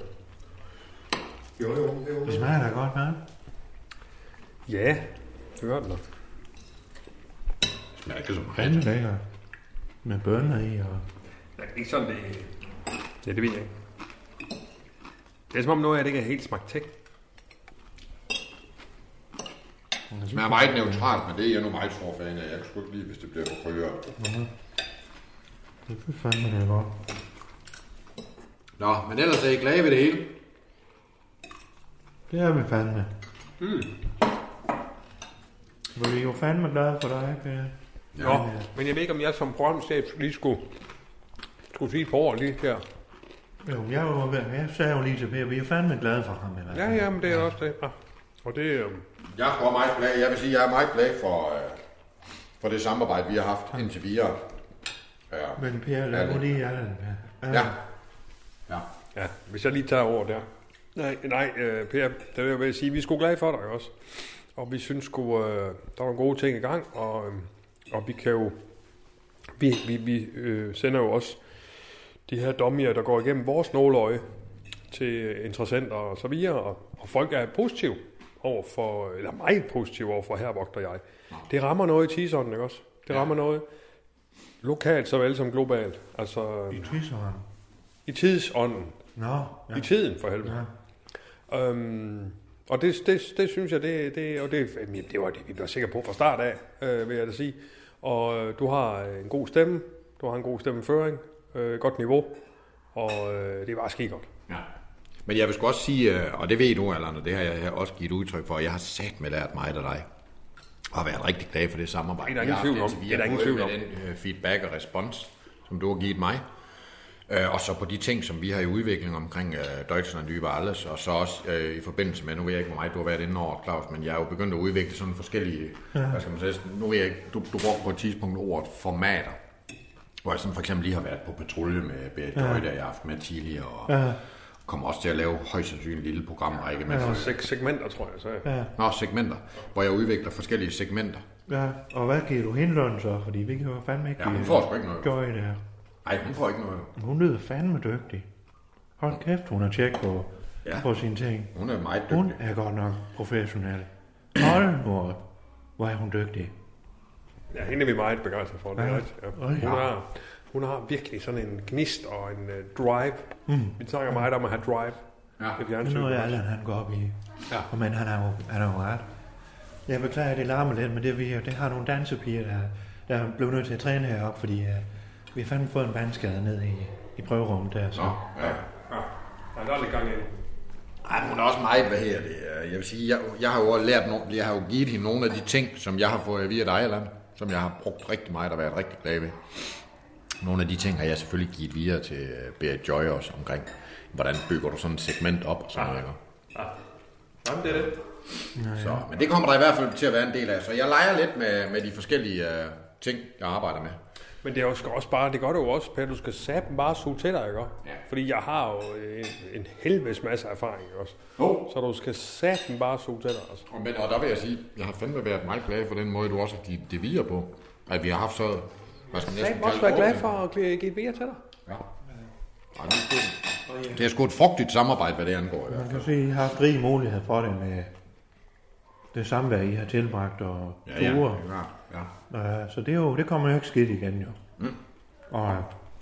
Jo, jo, jo. Det smager da godt, hva'? Ja, det gør det nok. Det smager ikke så meget. Fandme lækker. Med bønner i og... Ja, det er ikke sådan, det... Ja, det ved jeg ikke. Det er som om noget af det ikke er helt smagt til. Det smager meget neutralt, men det er jeg nu meget stor fan af. Jeg kan sgu ikke lide, hvis det bliver for krydret. Mm-hmm. Det er fandme det godt. Nå, men ellers er I glade ved det hele? Det er vi fandme. Mm. Var vi jo fandme glade for dig, Per. Ja. Nå, men jeg ved ikke, om jeg som programchef lige skulle, skulle sige på ord lige her. Jo, jeg, var, jeg sagde jo lige til Per, vi er fandme glade for ham. Ja, ja, men det er også det. Ja. Og det er... Um... Jeg er meget glad. Jeg vil sige, jeg er meget glad for, uh, for det samarbejde, vi har haft indtil videre. Ja. Men Per, lad mig lige Allan. Ja. Ja. Ja. Ja, hvis jeg lige tager ord der. Nej, nej, uh, Per, det vil jeg vil sige, vi er sgu glade for dig også. Og vi synes sgu, uh, der var gode ting i gang, og, um, og vi kan jo, vi, vi, vi uh, sender jo også de her dommier, der går igennem vores nåløje til interessenter og så videre, og, og folk er positive over for, eller meget positive over for Hervogt og jeg. Det rammer noget i tidsånden, ikke også? Det rammer ja. noget lokalt såvel som globalt. Altså, I tidsånden? I tidsånden. Nå, ja. I tiden, for helvede. Ja. Øhm, og det, det, det synes jeg, det, det, og det, det var det, vi var sikre på fra start af, øh, vil jeg da sige. Og øh, du har en god stemme, du har en god stemmeføring, øh, godt niveau, og øh, det var skide godt. Ja. Men jeg vil sgu også sige, og det ved du, Allan, og det har jeg også givet udtryk for, jeg har sat med lært mig af dig, og har været rigtig glad for det samarbejde. Det er der ingen tvivl om. Det er der ingen tvivl om. Med den uh, feedback og respons, som du har givet mig, uh, og så på de ting, som vi har i udvikling omkring uh, Deutschland über alles, og så også uh, i forbindelse med, nu ved jeg ikke, hvor meget du har været inde over, Claus, men jeg er jo begyndt at udvikle sådan forskellige, ja. hvad skal man sige, nu ved jeg ikke, du, du brugte på et tidspunkt ordet formater, hvor jeg sådan for eksempel lige har været på patrulje med Berit Døje, der jeg har haft med tidligere, og ja. kommer også til at lave højst sandsynligt en lille programrække med. Ja, seks segmenter, tror jeg, så ja. Nå, segmenter, hvor jeg udvikler forskellige segmenter. Ja, og hvad giver du hende løn så? Fordi vi kan jo fandme ikke... Ja, hun får sgu ikke noget. Joy der. Nej, hun får ikke noget. Hun lyder fandme dygtig. Hold kæft, hun har tjek på, ja. på sine ting. Hun er meget dygtig. Hun er godt nok professionel. Hold nu, hvor er hun dygtig. Ja, hende er vi meget begejstret for. Det ja. rigtigt. Ja. Hun, har, hun har virkelig sådan en gnist og en uh, drive. Mm. Vi snakker meget om at have drive. Ja. Det er noget, Allan han går op i. Ja. Men han er jo, han er jo ret. Jeg beklager, det larmer lidt, men det, vi, det har nogle dansepiger, der, der blev nødt til at træne heroppe, fordi uh, vi har fandme fået en vandskade ned i, i prøverummet der. Så. Nå, ja. Ja, der er lidt gang i det. Ej, hun er også meget, hvad her det. Jeg vil sige, jeg, jeg har jo lært nogle, jeg har jo givet hende nogle af de ting, som jeg har fået via dig, Allan, som jeg har brugt rigtig meget og været rigtig glad ved. nogle af de ting har jeg selvfølgelig givet videre til Berit Joy også omkring, hvordan bygger du sådan et segment op og sådan noget. Ja. Jamen, det er det. Så, men det kommer der i hvert fald til at være en del af. Så jeg leger lidt med, med de forskellige uh, ting, jeg arbejder med. Men det er jo også bare, det gør det jo også, Per, du skal saben bare suge til dig, ikke? Ja. Fordi jeg har jo en, en helvedes masse erfaring også. Oh. Så du skal saben bare suge til dig også. Og, men, og der vil jeg sige, jeg har fandme været meget glad for den måde, du også har givet det videre på. At vi har haft så... Hvad skal man jeg også være glad for at give det videre til dig. Ja. Ja, det, det er sgu et frugtigt samarbejde, hvad det angår. Man kan sige, at I har haft rig mulighed for det med det samvær, I har tilbragt og ja, ture. Ja, ja, ja. Så det, er jo, det kommer jo ikke skidt igen, jo. Mm. Og,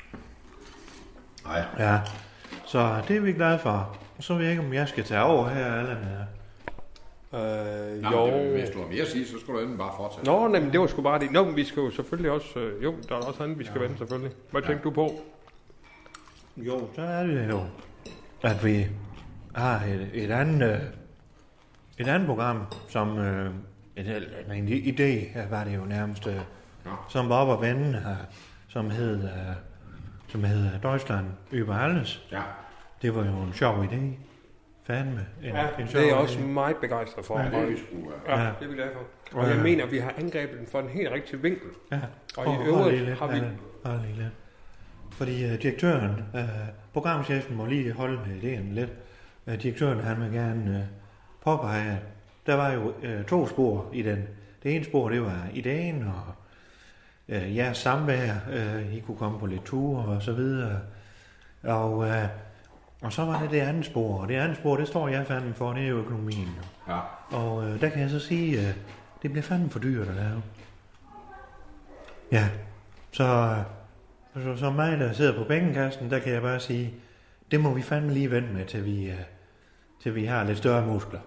Nej. Ja, så det er vi glade for. Så ved jeg ikke, om jeg skal tage over her, eller hvad. Øh, Nå, jo. Det, hvis du har mere at sige, så skal du enten bare fortsætte. Nå, nej, men det var sgu bare det. Nå, men vi skal jo selvfølgelig også... Øh, jo, der er også andet, vi skal ja. vende selvfølgelig. Hvad ja. tænker du på? Jo, så er det jo, at vi har et, et andet... Øh, et andet program, som... Øh, et, en idé, var det jo nærmest... Øh, ja. Som var op og vende her, som hed... Øh, som hed Deutschland über alles. Ja. Det var jo en sjov idé. Fandme. En, ja, en det er jeg også meget begejstret for. Ja, det, ja. ja, det er vi glade for. Og ja. jeg mener, at vi har angrebet den for en helt rigtig vinkel. Ja. Og i øvrigt har vi... Hold lige lidt. Fordi uh, direktøren, uh, programchefen må lige holde med idéen lidt. Uh, direktøren, han vil gerne uh, påpege, at der var jo uh, to spor i den. Det ene spor, det var idéen og uh, jeres samvær. Uh, I kunne komme på lidt ture og så videre. Og... Uh, Og så var det det andet spor, og det andet spor, det står jeg fandme for, det er jo økonomien. Jo. Ja. Og øh, der kan jeg så sige, øh, det bliver fandme for dyrt at lave. Ja, så, øh, så som mig, der sidder på pengekassen, der kan jeg bare sige, det må vi fandme lige vente med, til vi, øh, til vi har lidt større muskler.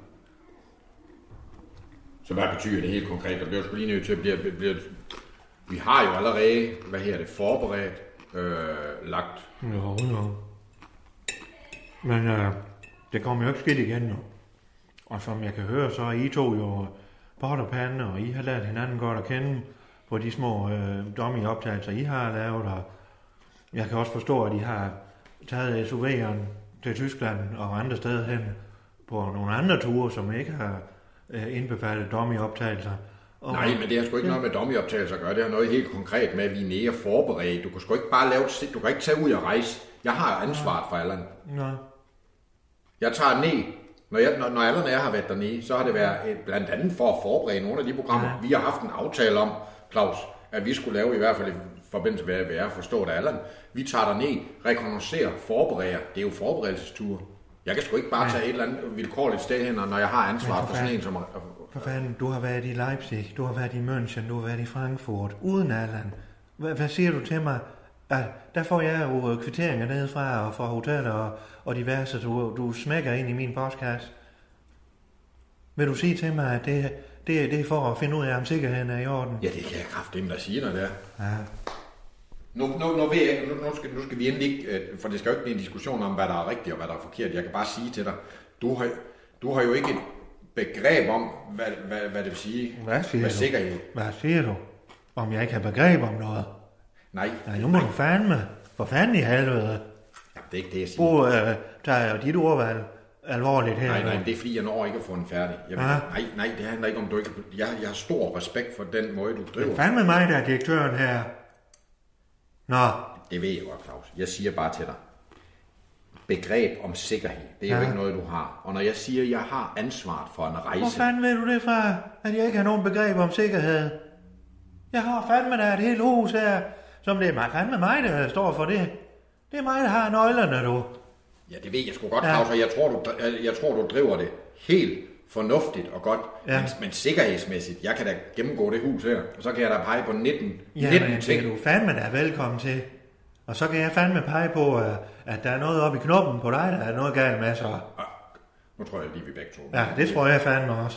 Så hvad betyder det helt konkret? Der bliver sgu lige nødt til at blive, blive... Vi har jo allerede, hvad her det, forberedt, øh, lagt. Jo, jo. Men øh, det kommer jo ikke skidt igen nu. Og som jeg kan høre, så er I to jo pot og pande, og I har lært hinanden godt at kende på de små øh, dummy-optagelser, I har lavet. Og jeg kan også forstå, at I har taget S U V'eren til Tyskland og andre steder hen på nogle andre ture, som ikke har øh, indbefattet dummy-optagelser. Og nej, men det har sgu ikke ja. noget med dummy-optagelser at gøre. Det har noget helt konkret med, at vi er nede og forberedt. Du kan sgu ikke bare lave et... Du kan ikke tage ud og rejse. Jeg har ansvaret for Allan. Nej. Jeg tager ned. Når, jeg, når, når Allan og jeg har været dernede, så har det været et, blandt andet for at forberede nogle af de programmer. Ja. Vi har haft en aftale om, Claus, at vi skulle lave i hvert fald i forbindelse med, hvad jeg forstår af Allan. Vi tager derned, rekognoserer, forbereder. Det er jo forberedelsesture. Jeg kan sgu ikke bare ja. tage et eller andet vilkårligt sted hen, når jeg har ansvaret for, for sådan en som... For fanden, du har været i Leipzig, du har været i München, du har været i Frankfurt, uden Allan. Hvad, hvad siger du til mig? Ja, der får jeg jo kvitteringer nedefra og fra hoteller og, og diverse, du, du smækker ind i min postkasse. Vil du sige til mig, at det, det, det er for at finde ud af, om sikkerheden er i orden? Ja, det kan jeg kraftedeme da sige, når det er. Ja. Nu, nu, nu, ved jeg, nu, nu, skal, nu skal vi endelig ikke, for det skal jo ikke blive en diskussion om, hvad der er rigtigt og hvad der er forkert. Jeg kan bare sige til dig, du har, du har jo ikke et begreb om, hvad, hvad, hvad det vil sige hvad siger med du? sikkerhed. Hvad siger du? Om jeg ikke har begreb om noget? Nej. Nej, nu må du fandme. For fanden i helvede. Jamen, det er ikke det, jeg siger. Brug, øh, tager dit ordvalg alvorligt her. Nej, nej, det er fordi, jeg når ikke at få den færdig. Jeg vil, nej, nej, det handler ikke om, du ikke... Jeg, jeg har stor respekt for den måde, du driver. Det er fandme mig, der er direktøren her. Nå. Det ved jeg godt, Claus. Jeg siger bare til dig. Begreb om sikkerhed, det er ja. jo ikke noget, du har. Og når jeg siger, at jeg har ansvaret for en rejse... Hvor fanden ved du det fra, at jeg ikke har nogen begreb om sikkerhed? Jeg har fandme der et helt hus her, som det er fandme mig, der står for det. Det er mig, der har nøglerne, du. Ja, det ved jeg sgu godt, Claus, og jeg tror, du, jeg tror, du driver det helt fornuftigt og godt. Ja. Men, men sikkerhedsmæssigt, jeg kan da gennemgå det hus her, og så kan jeg da pege på nitten, ja, nitten men, ting. Ja, du fandme da velkommen til. Og så kan jeg fandme pege på, at der er noget oppe i knoppen på dig, der er noget galt med, så... Ja, nu tror jeg lige, vi begge to. Ja, det tror jeg fandme også.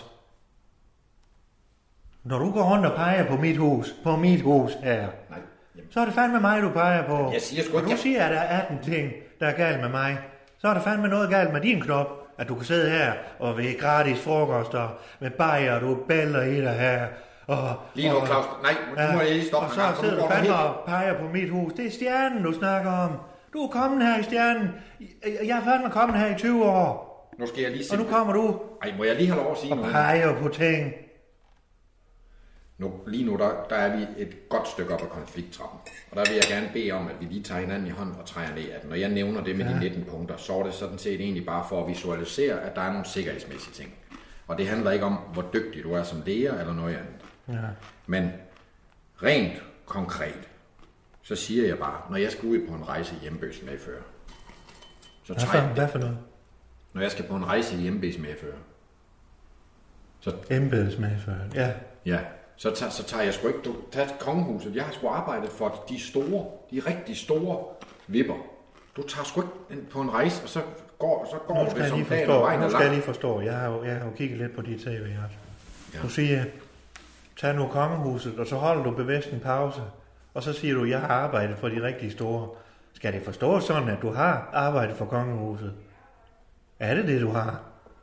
Når du går rundt og peger på mit hus, på mit hus her, nej, jamen. Så er det fandme mig, du peger på. Jeg siger sgu ikke... Når du siger, at der er atten ting, der er galt med mig, så er der fandme noget galt med din knop. At du kan sidde her og ved gratis frokoster med bajer, og du bæller i dig her, Og, Lige nu, og, Claus. Nej, nu ja, må jeg lige stoppe. Og så sidder du fandme og peger på mit hus. Det er stjernen, du snakker om. Du er kommet her i stjernen. Jeg er fandme kommet her i tyve år. Nu skal jeg lige se. Og nu kommer du. Ej, må jeg lige have lov at sige og noget? Og peger på ting. Nu, lige nu, der, der er vi et godt stykke op ad konflikttrappen. Og der vil jeg gerne bede om, at vi lige tager hinanden i hånden og træder ned af den. Når jeg nævner det med ja. de nitten punkter, så er det sådan set egentlig bare for at visualisere, at der er nogle sikkerhedsmæssige ting. Og det handler ikke om, hvor dygtig du er som læger eller noget andet. Ja. Men rent konkret, så siger jeg bare, når jeg skal ud på en rejse i hjemmebøsmedfører, så tager hvad, jeg... hvad for noget? Når jeg skal på en rejse i hjemmebøsmedfører, så... Embedsmedfører, ja. Ja, så tager, så tager jeg sgu ikke... Du, tag kongehuset. Jeg har sgu arbejdet for de store, de rigtig store vipper. Du tager sgu ikke på en rejse, og så går, så går det som dagen og vejen er lang. Nu skal jeg lige forstå. Jeg har jo, jeg har jo kigget lidt på de tv også. Ja. Du siger, tag nu kongehuset, og så holder du bevidst en pause. Og så siger du, jeg har arbejdet for de rigtig store. Skal det forstås sådan, at du har arbejdet for kongehuset? Er det det, du har?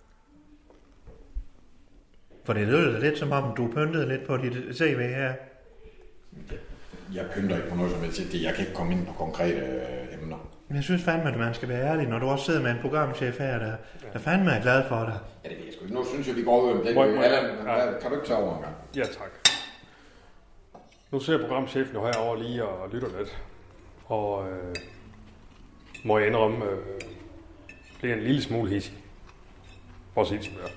For det lyder lidt som om, du pyntede lidt på dit C V her. Jeg pynter ikke på noget som helst. Jeg kan ikke komme ind på konkrete øh, emner. Men jeg synes fandme, at man skal være ærlig, når du også sidder med en programchef her, der, der fandme er glad for dig. Ja, det ved jeg sgu ikke. Nu synes jeg, vi går ud og en blæk. Allan, kan du ikke tage over en gang? Ja, tak. Nu ser programchefen jo herovre lige og lytter lidt. Og øh, må jeg indrømme, øh, det er en lille smule hissig. For at sige det som det er.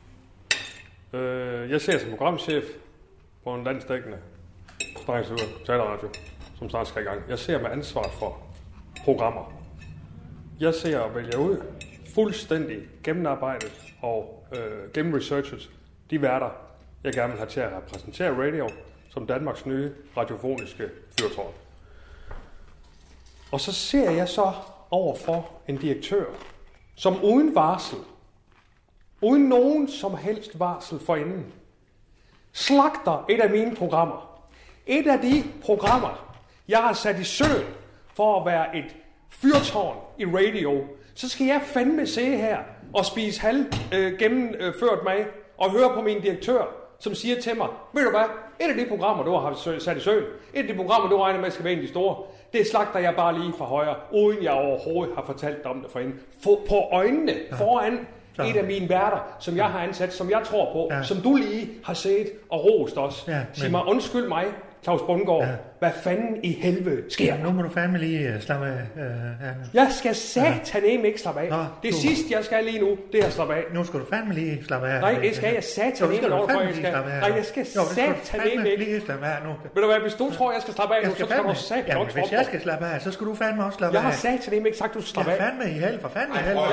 Øh, jeg ser som programchef på en landsdækkende teaterradio, som snart skal i gang. Jeg ser med ansvar for programmer. Jeg ser og vælger ud fuldstændig gennemarbejdet og øh, gennemresearchet de værter, jeg gerne vil have til at repræsentere radio som Danmarks nye radiofoniske fyrtårn. Og så ser jeg så overfor en direktør, som uden varsel, uden nogen som helst varsel forinden, slagter et af mine programmer. Et af de programmer, jeg har sat i søen for at være et fyrtårn i radio, så skal jeg fandme se her og spise halv øh, gennemført mig og høre på min direktør, som siger til mig, ved du hvad, et af de programmer, du har sat i søen, et af de programmer, du regner med, skal være en af de store, det slagter jeg bare lige fra højre, uden jeg overhovedet har fortalt om det forinden. Få på øjnene foran et af mine værter, som jeg har ansat, som jeg tror på, ja. Som du lige har set og rost os. Ja, men... Sig mig, undskyld mig, Claus Bundgaard, ja. Hvad fanden i helvede sker? Ja, nu må du fandme lige uh, slappe af. Uh, ja. Jeg skal sataneme ikke slappe af. Nå, det du... sidste, jeg skal lige nu, det er at slappe af. Nu skal du fandme lige slappe af. Nej, det skal jeg sataneme over for, jeg skal. Nej, jeg skal sataneme ikke. Lige slappe af nu. Ved du hvad, hvis du tror, jeg skal slappe af nu, så skal du sataneme ikke. Hvis jeg skal slappe af, så skal du fandme også slappe af. Jeg har sataneme ikke sagt, du skal slappe af. Ja, fandme i held, for fandme i held.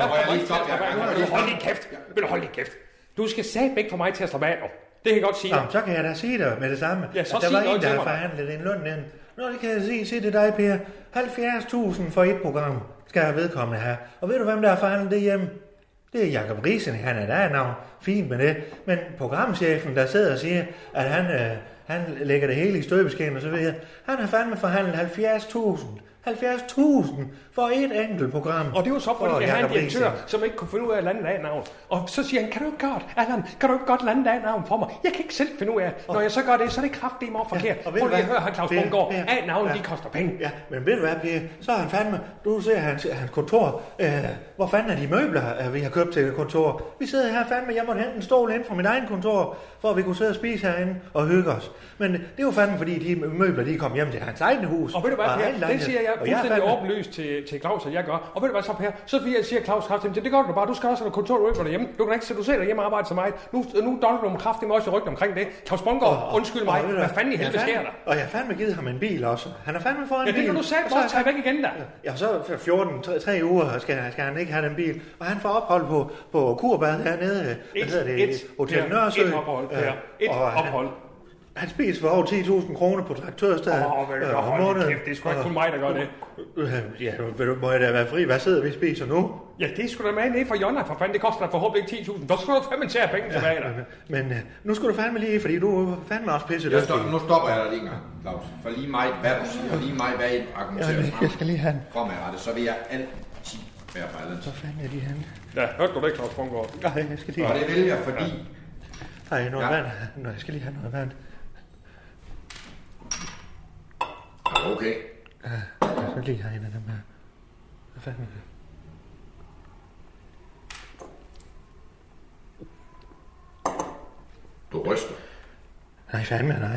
Hold lige kæft. Vil du holde lige kæft. Du skal satme ikke få mig til at slappe af nu. Det kan jeg godt sige dig. Jamen, så kan jeg da sige dig med det samme. Ja, så der var en, der har forhandlet en løn ind. Nå, det kan jeg sige. Se det dig, Per. halvfjerds tusind for et program skal jeg vedkommende have. Og ved du, hvem der har forhandlet det hjemme? Det er Jacob Riesen. Han er der navn. Fint med det. Men programchefen, der sidder og siger, at han, øh, han lægger det hele i støbeskæen og så videre. Han har fandme forhandlet halvfjerds tusind. halvfjerds tusind for et enkelt program. Og det var så fordi, jeg havde en direktør, som ikke kunne finde ud af at lande af navn. Og så siger han, kan du ikke godt, Allan, kan du ikke godt lande af navn for mig? Jeg kan ikke selv finde ud af, når jeg så gør det, så er det kraftigt meget forkert. Ja, prøv lige at høre her, Claus Bundgaard, af navn, ja. De koster penge. Ja, men ved du hvad, Per, så er han fandme, du ser hans, hans kontor, øh, hvor fanden er de møbler, vi har købt til kontor? Vi sidder her fandme, jeg måtte hente en stol ind fra mit egen kontor, for at vi kunne sidde og spise herinde og hygge os. Men det var fandme, fordi de møbler, de kom hjem til hans egne hus. Og ved du hvad, Per, det siger jeg fuldstændig åbenlyst til, til Claus, at jeg gør. Og ved du hvad så, Per? Så siger Claus kraftigt, det gør du bare, du skal også have kontor derhjemme. Du kan ikke se, du sidder derhjemme og arbejder så meget. Nu, nu dolder du mig kraftigt også i ryggen omkring det. Claus Bundgaard, undskyld mig, hvad fanden i helvede sker der? Og jeg har fandme givet ham en bil også. Han har fandme fået en bil. Ja, det kan du selv også tage væk igen der. Ja, så for fjorten, tre uger skal, skal han ikke have den bil. Og han får ophold på, på Kurbad hernede. Hvad hedder det? Hotel Nørresø. Et ophold, Per. Et ophold. Han spiser for over ti tusind kroner på traktørstedet. Åh, vel, øh, hold det kæft, det er sgu ikke kun mig, der gør det. Ja, må jeg da være fri? Hvad sidder vi og spiser nu? Ja, det skulle da med ned fra Jonna, for fanden. Det koster da forhåbentlig ikke ti tusind. Hvor skulle du fandme tage penge tilbage der? Men, men nu skulle du fandme lige, fordi du fandme også pisse det. Stop, nu stopper jeg dig lige en gang, Claus. For lige mig, hvad du siger, lige mig, hvad I argumenterer frem. Jeg skal lige have den. Fremadrettet, så vil jeg altid være på Allan. Så fanden er de henne. Ja, hørte du det, Claus Bundgaard? Nej, jeg skal lige... Og det vil jeg, fordi... Nej, noget vand. Nå, jeg skal lige have noget vand. Okay. Ja, jeg skal lige have en af dem her. Hvad fanden er det? Du ryster. Nej, fandme nej.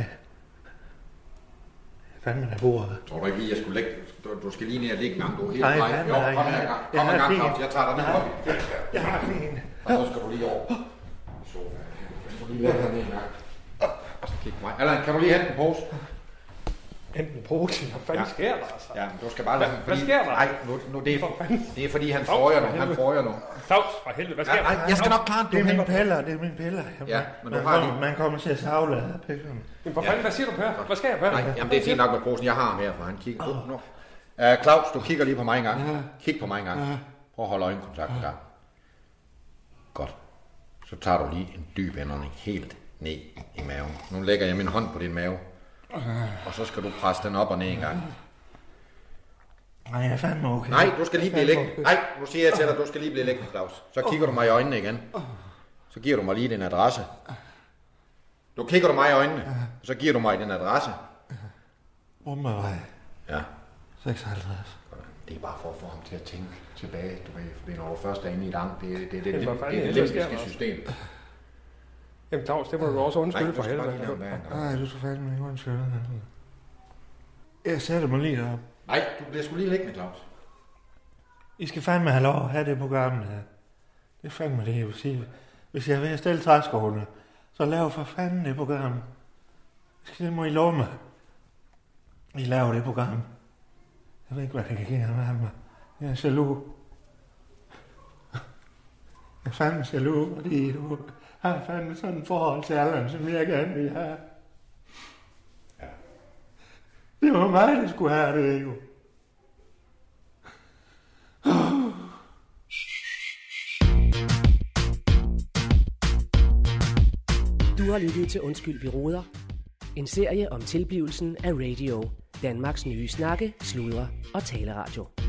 Fandme der bordet. Tror du ikke lige, jeg skulle lægge... Du, du skal lige ned og ligge en gang. Du er helt Nej, nej. fandme Jo, nej. kom her gang. Kom en gang, Claus. Jeg tager dig ned op. Jeg har fint. Og så skal du lige over. Så skal du lige lægge dig ned en gang. Og så kig på mig. Allan, kan du lige hente en pose? Enten pose, hvad fanden Ja. sker der altså? Ja, men du skal bare... Hvad, fordi, hvad sker der? Nej, nu, nu, det, er, det er fordi, han frøjer nu. Han frøjer nu. Claus, for helvede, hvad sker Ja, der? nej, jeg skal nok klare det. Det er Du mine henter- piller, det er mine piller. Jamen, Ja, men du man, har kommer, lige- man kommer til at savle af pillerne. Men for fanden, hvad siger du, Per? Hvad sker jeg, Per? Nej, jamen det er fint nok med posen. Jeg har mere, for han kigger. Oh. Nu. Uh, Claus, du kigger lige på mig en gang. Kig på mig en gang. Prøv at holde øjenkontakt en gang. Godt. Så tager du lige en dyb indånding helt ned i maven. Nu lægger jeg min hånd på din mave. Og så skal du presse den op og ned en gang. Nej, jeg er fandme okay. Nej, du skal lige blive liggende. Nej, nu siger jeg til dig, du skal lige blive liggende, Claus. Så kigger du mig i øjnene igen. Så giver du mig lige din adresse. Du kigger du mig i øjnene, og så giver du mig din adresse. Rummervej Ja. seksoghalvtreds. Det er bare for at få ham til at tænke tilbage, du ved, fordi når du først er inde i et andet, det er det, det, det, Jamen, det, hvad fanden det, er det, det, det der sker, limbiske system. Jamen Claus, det må du også undskylde Nej, for du skal bare helvede. lige lade være en gang. Nej, du skal fandme ikke undskylde. Jeg sætter mig lige op. Nej, du bliver sgu lige liggende, Claus. I skal fandme have lov at have det program her. Det er fandme det, jeg vil sige. Hvis jeg vil stille træskoene, så lav for fanden det program. Det må I love mig. I laver det program. Jeg ved ikke, hvad det kan give med mig. Jeg er jaloux. Jeg er fandme jaloux, fordi du har fandme sådan et forhold til Allan, som jeg gerne vil have. Ja. Det var mig, der skulle have det, jo. Du har lyttet til Undskyld, vi roder. En serie om tilblivelsen af radio. Danmarks nye snakke, sludre og taleradio.